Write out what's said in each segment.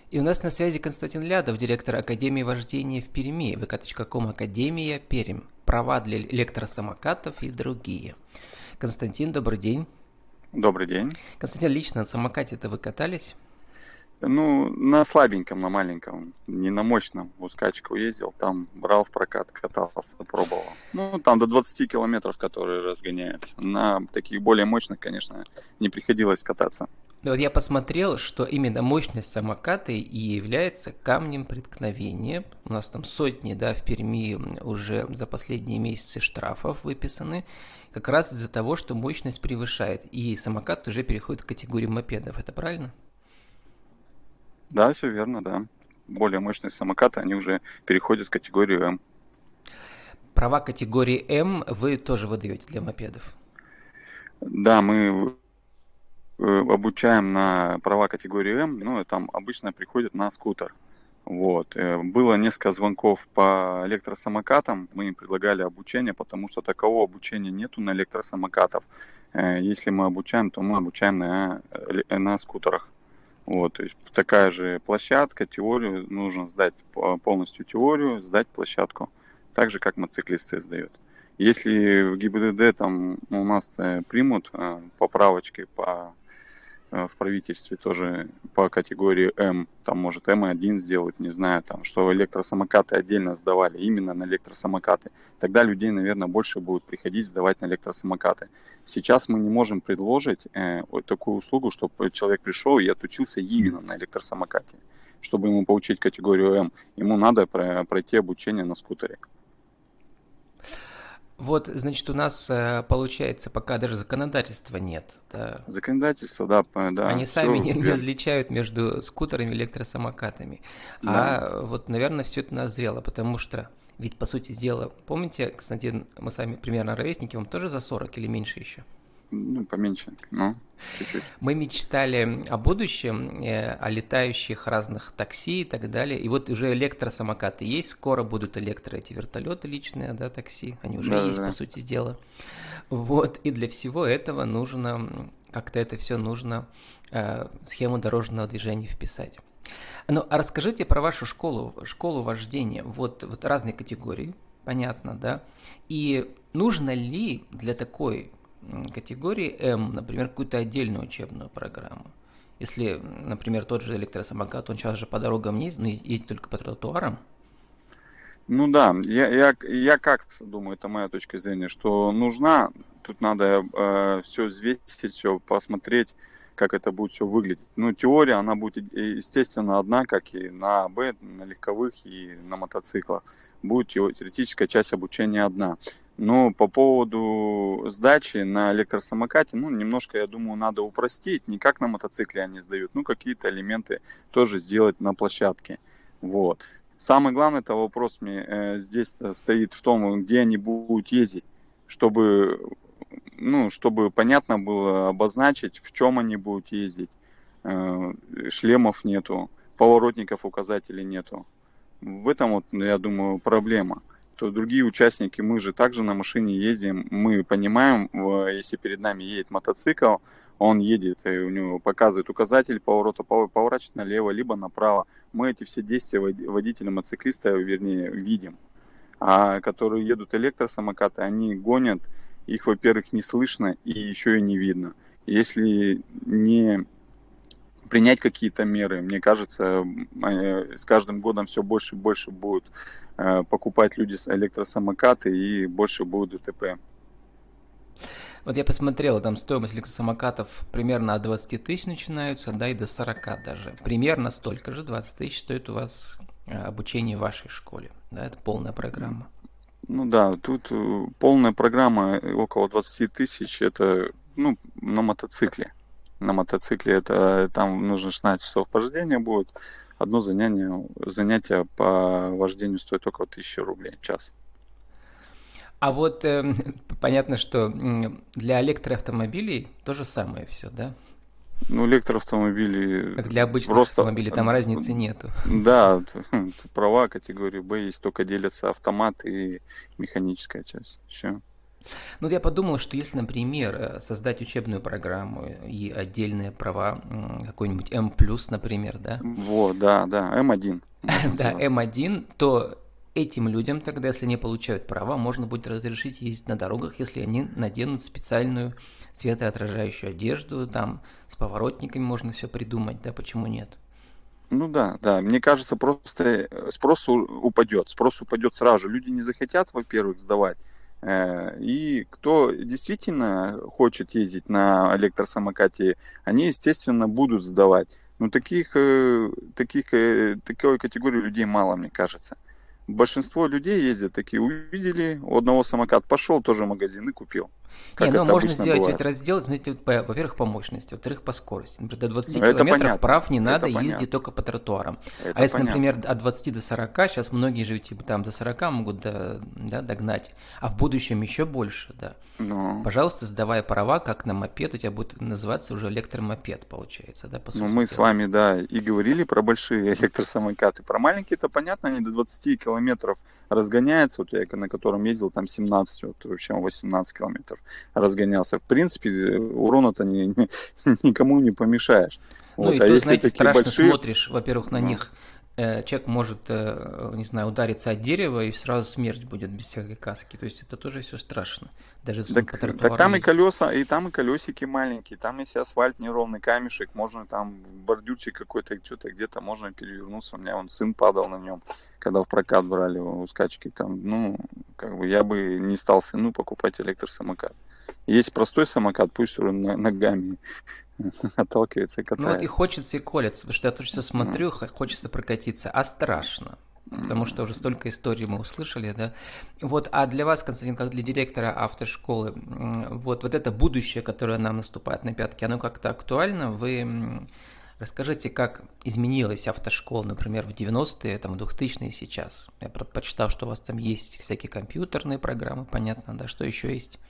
И у нас на связи Константин Лядов, директор Академии вождения в Перми, vk.com Академия Пермь. Права для электросамокатов и другие. Константин, добрый день. Добрый день. Константин, лично на самокате-то вы катались? Ну, на слабеньком, на маленьком, не на мощном. В Ускачку ездил, там брал в прокат, катался, пробовал. Ну, там до 20 километров, которые разгоняются. На таких более мощных, конечно, не приходилось кататься. Вот я посмотрел, что именно мощность самоката и является камнем преткновения. У нас там сотни, да, в Перми уже за последние месяцы штрафов выписаны. Как раз из-за того, что мощность превышает. И самокат уже переходит в категорию мопедов. Это правильно? Да, все верно, да. Более мощные самокаты, они уже переходят в категорию М. Права категории М вы тоже выдаете для мопедов? Да, мы обучаем на права категории М, ну, там обычно приходят на скутер. Вот. Было несколько звонков по электросамокатам, мы им предлагали обучение, потому что такового обучения нету на электросамокатов. Если мы обучаем, то мы обучаем на скутерах. Вот, то есть такая же площадка, теорию, нужно сдать полностью теорию, сдать площадку, так же, как мотоциклисты сдают. Если в ГИБДД там у нас примут поправочки в правительстве тоже по категории М, там может М1 сделать, не знаю, там, что электросамокаты отдельно сдавали, именно на электросамокаты, тогда людей, наверное, больше будут приходить сдавать на электросамокаты. Сейчас мы не можем предложить вот такую услугу, чтобы человек пришел и отучился именно на электросамокате. Чтобы ему получить категорию М, ему надо пройти обучение на скутере. Вот, значит, у нас получается пока даже законодательства нет. Да. Законодательство, да, да, Они сами все не верно. различают между скутерами и электросамокатами. Да. А вот, наверное, все это назрело, потому что ведь, по сути дела, помните, Константин, мы с вами примерно ровесники, вам тоже за 40 или меньше еще? Ну, поменьше, ну, чуть-чуть. Мы мечтали о будущем, о летающих разных такси и так далее. И вот уже электросамокаты есть, скоро будут эти вертолеты личные, да, такси, они уже есть, по Да-да-да. сути дела. Вот, и для всего этого нужно, как-то это все нужно, схему дорожного движения вписать. Ну, а расскажите про вашу школу вождения. Вот разные категории, понятно, да? И нужно ли для такой категории М, например, какую-то отдельную учебную программу? Если, например, тот же электросамокат, он сейчас же по дорогам не ездит, но ездит только по тротуарам. Ну да, я как думаю, это моя точка зрения, что нужна, тут надо все взвесить, все посмотреть, как это будет все выглядеть. Ну, теория, она будет, естественно, одна, как и на АБ, на легковых и на мотоциклах. Будет теоретическая часть обучения одна. Но по поводу сдачи на электросамокате, ну, немножко, я думаю, надо упростить. Не как на мотоцикле они сдают, ну, какие-то элементы тоже сделать на площадке. Вот. Самый главный это вопрос мне здесь стоит в том, где они будут ездить, чтобы, ну, чтобы понятно было обозначить, в чем они будут ездить. Э, Шлемов нету, поворотников указателей нету. В этом вот, я думаю, проблема. То другие участники, мы же также на машине ездим, мы понимаем, если перед нами едет мотоцикл, он едет, и у него показывает указатель поворота, поворачивать налево, либо направо. Мы эти все действия водителя мотоциклиста, вернее, видим. А которые едут электросамокаты, они гонят, их, во-первых, не слышно и еще и не видно. Если не принять какие-то меры. Мне кажется, с каждым годом все больше и больше будут покупать люди электросамокаты и больше будет ДТП. Вот я посмотрел, там стоимость электросамокатов примерно от 20 тысяч начинаются, да, и до 40 даже. Примерно столько же, 20 тысяч стоит у вас обучение в вашей школе. Да, это полная программа. Ну да, тут полная программа около 20 тысяч, это ну, на мотоцикле. На мотоцикле это там нужно 16 часов вождения будет. Одно занятие по вождению стоит около 1000 рублей в час. А вот понятно, что для электроавтомобилей то же самое все, да? Ну, электроавтомобили Как для обычных просто, автомобилей, там разницы нету. да, права категории Б есть, только делятся автомат и механическая часть. Все. Ну, вот я подумал, что если, например, создать учебную программу и отдельные права, какой-нибудь М+, например, да, Вот, да, да, М1 можно да, сделать. М1, то этим людям тогда, если они получают права, можно будет разрешить ездить на дорогах, если они наденут специальную светоотражающую одежду, там с поворотниками можно все придумать, да, почему нет? Ну да, да, мне кажется, просто спрос упадет сразу же. Люди не захотят, во-первых, сдавать. И кто действительно хочет ездить на электросамокате, они, естественно, будут сдавать. Но такой категории людей мало, мне кажется. Большинство людей ездят такие, увидели, у одного самокат пошел, тоже в магазин и купил. Не, Как ну это можно обычно сделать бывает. ведь смотрите, вот во-первых, по мощности, во-вторых, по скорости. Например, до 20 Ну, это километров понятно, прав не надо, это ездить понятно, только по тротуарам. А это если, например, понятно. от 20 до 40, сейчас многие же типа там до 40 могут да, догнать, а в будущем еще больше, да. Но Пожалуйста, сдавай права, как на мопед, у тебя будет называться уже электромопед, получается, да, по Ну, сути мы с дела. вами, да, и говорили про большие электросамокаты. Про маленькие-то понятно, они до 20 километров разгоняются. Вот я на котором ездил, там 17, вот вообще 18 километров разгонялся. В принципе, урона-то никому не помешаешь. Ну и Вот. А тут, если знаете, такие страшно большие, смотришь, во-первых, на ну, них, человек может, не знаю, удариться от дерева и сразу смерть будет без всякой каски. То есть это тоже все страшно, даже если он по так тротуару там и едет. колеса, и там и колесики маленькие, там если асфальт неровный камешек, можно там бордюрчик какой-то, что-то где-то можно перевернуться. У меня вон сын падал на нем, когда в прокат брали его у скачки там. Ну, как бы я бы не стал сыну покупать электросамокат. Есть простой самокат, пусть уже ногами отталкивается и Ну вот и катается. хочется, и колется, потому что я тоже все Ну, смотрю, хочется прокатиться, а страшно. Потому что уже столько историй мы услышали, да. Вот, а для вас, Константин, как для директора автошколы, вот это будущее, которое нам наступает на пятки, оно как-то актуально? Вы расскажите, как изменилась автошкола, например, в 90-е, там, в 2000-е сейчас? Я почитал, что у вас там есть всякие компьютерные программы, понятно, да, что еще есть?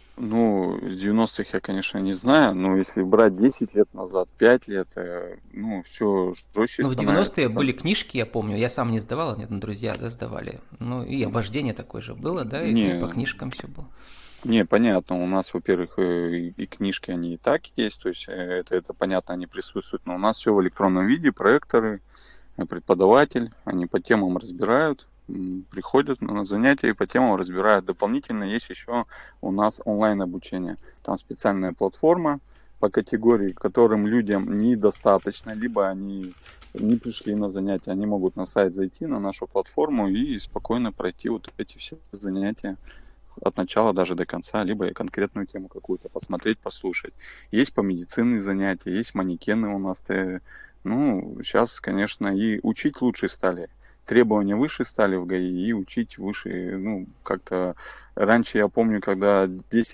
ну, с 90-х я, конечно, не знаю, но если брать 10 лет назад, 5 лет, ну, все жестче Ну, в 90-е становится. были книжки, я помню, я сам не сдавал, у меня там друзья, да, сдавали. Ну, и вождение такое же было, да, и по Не, книжкам все было. не, понятно, у нас, во-первых, и книжки, они и так есть, то есть это понятно, они присутствуют, но у нас все в электронном виде, проекторы, преподаватель, они по темам разбирают, приходят на занятия и по темам разбирают. Дополнительно есть еще у нас онлайн обучение. Там специальная платформа по категории, которым людям недостаточно, либо они не пришли на занятия, они могут на сайт зайти, на нашу платформу и спокойно пройти вот эти все занятия от начала даже до конца, либо конкретную тему какую-то посмотреть, послушать. Есть по медицине занятия, есть манекены у нас. Ну, сейчас, конечно, и учить лучше стали. Требования выше стали в ГАИ, и учить выше, ну, как-то раньше, я помню, когда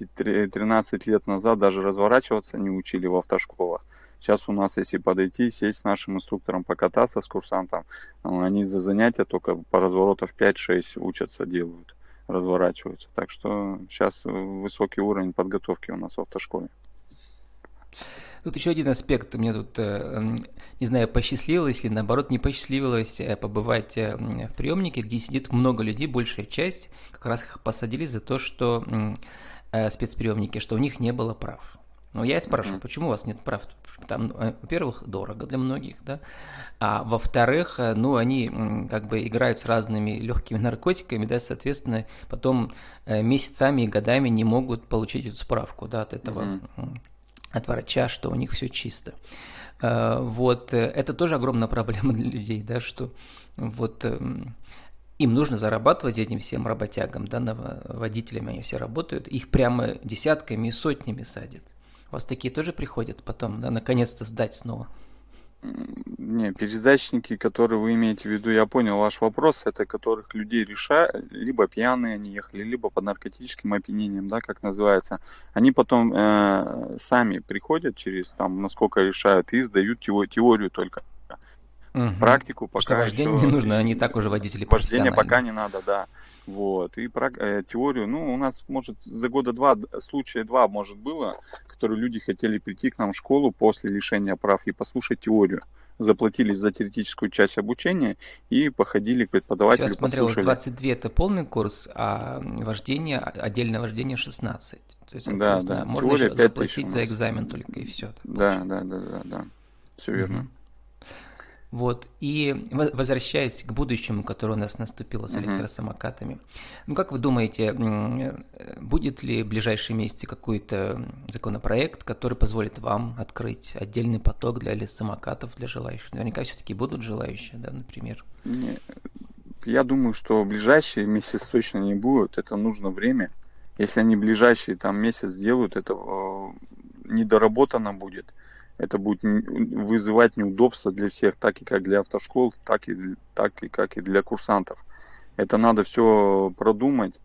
10-13 лет назад даже разворачиваться не учили в автошколах. Сейчас у нас, если подойти, сесть с нашим инструктором, покататься с курсантом, они за занятия только по разворотов 5-6 учатся, делают, разворачиваются. Так что сейчас высокий уровень подготовки у нас в автошколе. Тут еще один аспект, мне тут, не знаю, посчастливилось или наоборот не посчастливилось побывать в приемнике, где сидит много людей, большая часть, как раз их посадили за то, что спецприемники, что у них не было прав. Ну, я и спрашиваю, Мгм. почему у вас нет прав? Там, во-первых, дорого для многих, да, а во-вторых, ну, они как бы играют с разными легкими наркотиками, да, соответственно, потом месяцами и годами не могут получить эту справку, да, от этого, Мгм. от врача, что у них все чисто. Вот, это тоже огромная проблема для людей, да, что вот им нужно зарабатывать этим всем работягам, да, водителями они все работают, их прямо десятками и сотнями садят. У вас такие тоже приходят потом, да, наконец-то сдать снова? Не, пересдачники, которые вы имеете в виду, я понял ваш вопрос, это которых людей решают, либо пьяные они ехали, либо под наркотическим опьянением, да, как называется. Они потом сами приходят через, там, насколько решают, и сдают теорию только. Угу. Практику Потому что пока вождение еще... не нужно, они так уже водители Вождение пока профессиональные. не надо, да. Вот. И теорию, ну, у нас, может, за года два, случая два, может, было, которые люди хотели прийти к нам в школу после лишения прав и послушать теорию. Заплатили за теоретическую часть обучения и походили к То есть я преподавателю, смотрел, у вас послушали. 22 это полный курс, а вождение, отдельное вождение 16. То есть, Да, соответственно, да. можно Теория еще 5000 у заплатить за нас. экзамен только и все, Да, да, получается. да, да, да. Все верно. Мгм. Вот, и возвращаясь к будущему, которое у нас наступило с Мгм. электросамокатами, ну как вы думаете, будет ли в ближайшие месяцы какой-то законопроект, который позволит вам открыть отдельный поток для самокатов, для желающих? Наверняка все-таки будут желающие, да, например. Не, я думаю, что в ближайший месяц точно не будет. Это нужно время. Если они ближайшие там месяц сделают, это недоработано будет. Это будет вызывать неудобства для всех, так и как для автошкол, так и как и для курсантов. Это надо все продумать,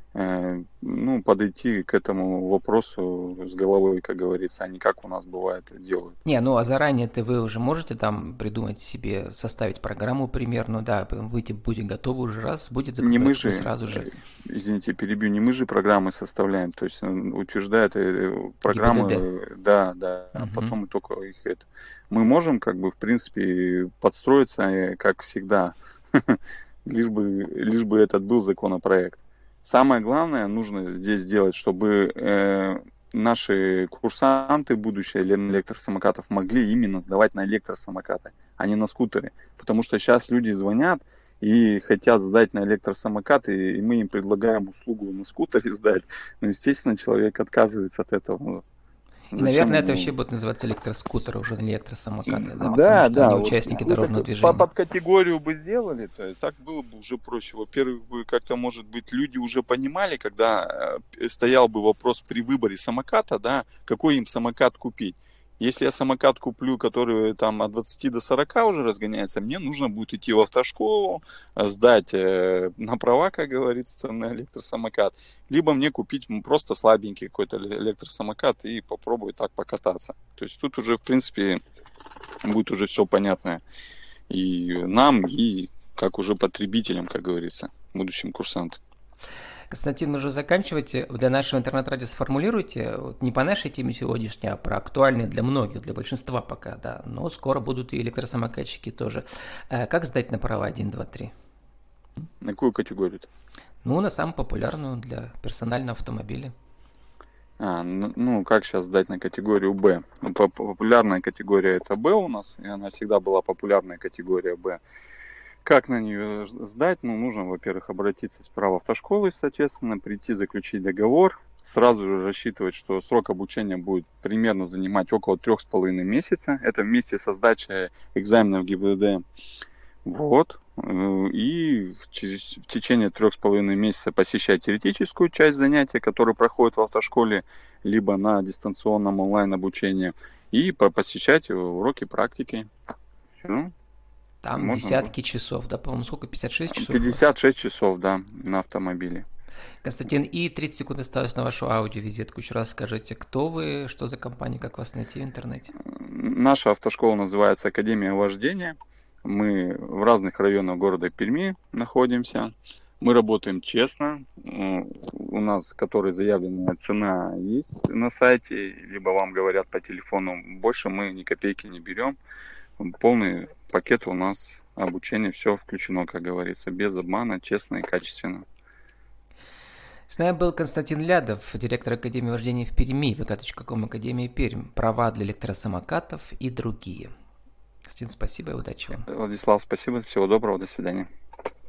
ну, подойти к этому вопросу с головой, как говорится, а не как у нас бывает делают. Не, ну а заранее-то вы уже можете там придумать себе, составить программу примерно, да, выйти будет готовы уже раз, будет Не мы законопроект, вы же, сразу же извините, перебью, не мы же программы составляем, то есть утверждает программы, ГИБДД. да, да, а Мгм. потом и только их это. Мы можем, как бы, в принципе, подстроиться, как всегда, лишь бы этот был законопроект. Самое главное, нужно здесь сделать, чтобы наши курсанты будущие электросамокатов могли именно сдавать на электросамокаты, а не на скутеры. Потому что сейчас люди звонят, и хотят сдать на электросамокат, и мы им предлагаем услугу на скутере сдать. Но, естественно, человек отказывается от этого. Ну, И, зачем наверное, это вообще ему? будет называться электроскутеры, уже не электросамокаты, да, потому Да, что они да, вот участники дорожного движения. под категорию бы сделали, то есть так было бы уже проще. Во-первых, бы как-то, может быть, люди уже понимали, когда стоял бы вопрос при выборе самоката, да, какой им самокат купить. Если я самокат куплю, который там от 20 до 40 уже разгоняется, мне нужно будет идти в автошколу, сдать на права, как говорится, на электросамокат. Либо мне купить просто слабенький какой-то электросамокат и попробовать так покататься. То есть тут уже, в принципе, будет уже все понятно и нам, и как уже потребителям, как говорится, будущим курсантам. Константин, мы уже заканчиваете. Для нашего интернет-радио сформулируйте, вот не по нашей теме сегодняшней, а про актуальные для многих, для большинства пока, да, но скоро будут и электросамокатчики тоже. Как сдать на права 1, 2, 3? На какую категорию-то? Ну, на самую популярную для персонального автомобиля. Ну, как сейчас сдать на категорию Б? Ну, популярная категория это Б у нас, и она всегда была популярная категория Б. Как на нее сдать? Ну, нужно, во-первых, обратиться справа в автошколы, соответственно, прийти, заключить договор, сразу же рассчитывать, что срок обучения будет примерно занимать около 3,5 месяца. Это вместе со сдачей экзаменов ГИБДД. Вот. И в течение 3,5 месяца посещать теоретическую часть занятия, которые проходят в автошколе, либо на дистанционном онлайн обучении, и посещать уроки практики. Все, Там можно было. десятки часов, да, по-моему, сколько, 56 часов у вас? 56 часов, да, на автомобиле. Константин, и 30 секунд осталось на вашу аудиовизитку. Еще раз скажите, кто вы, что за компания, как вас найти в интернете? Наша автошкола называется Академия вождения. Мы в разных районах города Перми находимся. Мы работаем честно. У нас, который заявленная цена есть на сайте, либо вам говорят по телефону, больше мы ни копейки не берем. Полный пакет у нас обучения, все включено, как говорится, без обмана, честно и качественно. С нами был Константин Лядов, директор Академии вождения в Перми, vk.com Академия Пермь, права для электросамокатов и другие. Константин, спасибо и удачи вам. Владислав, спасибо, всего доброго, до свидания.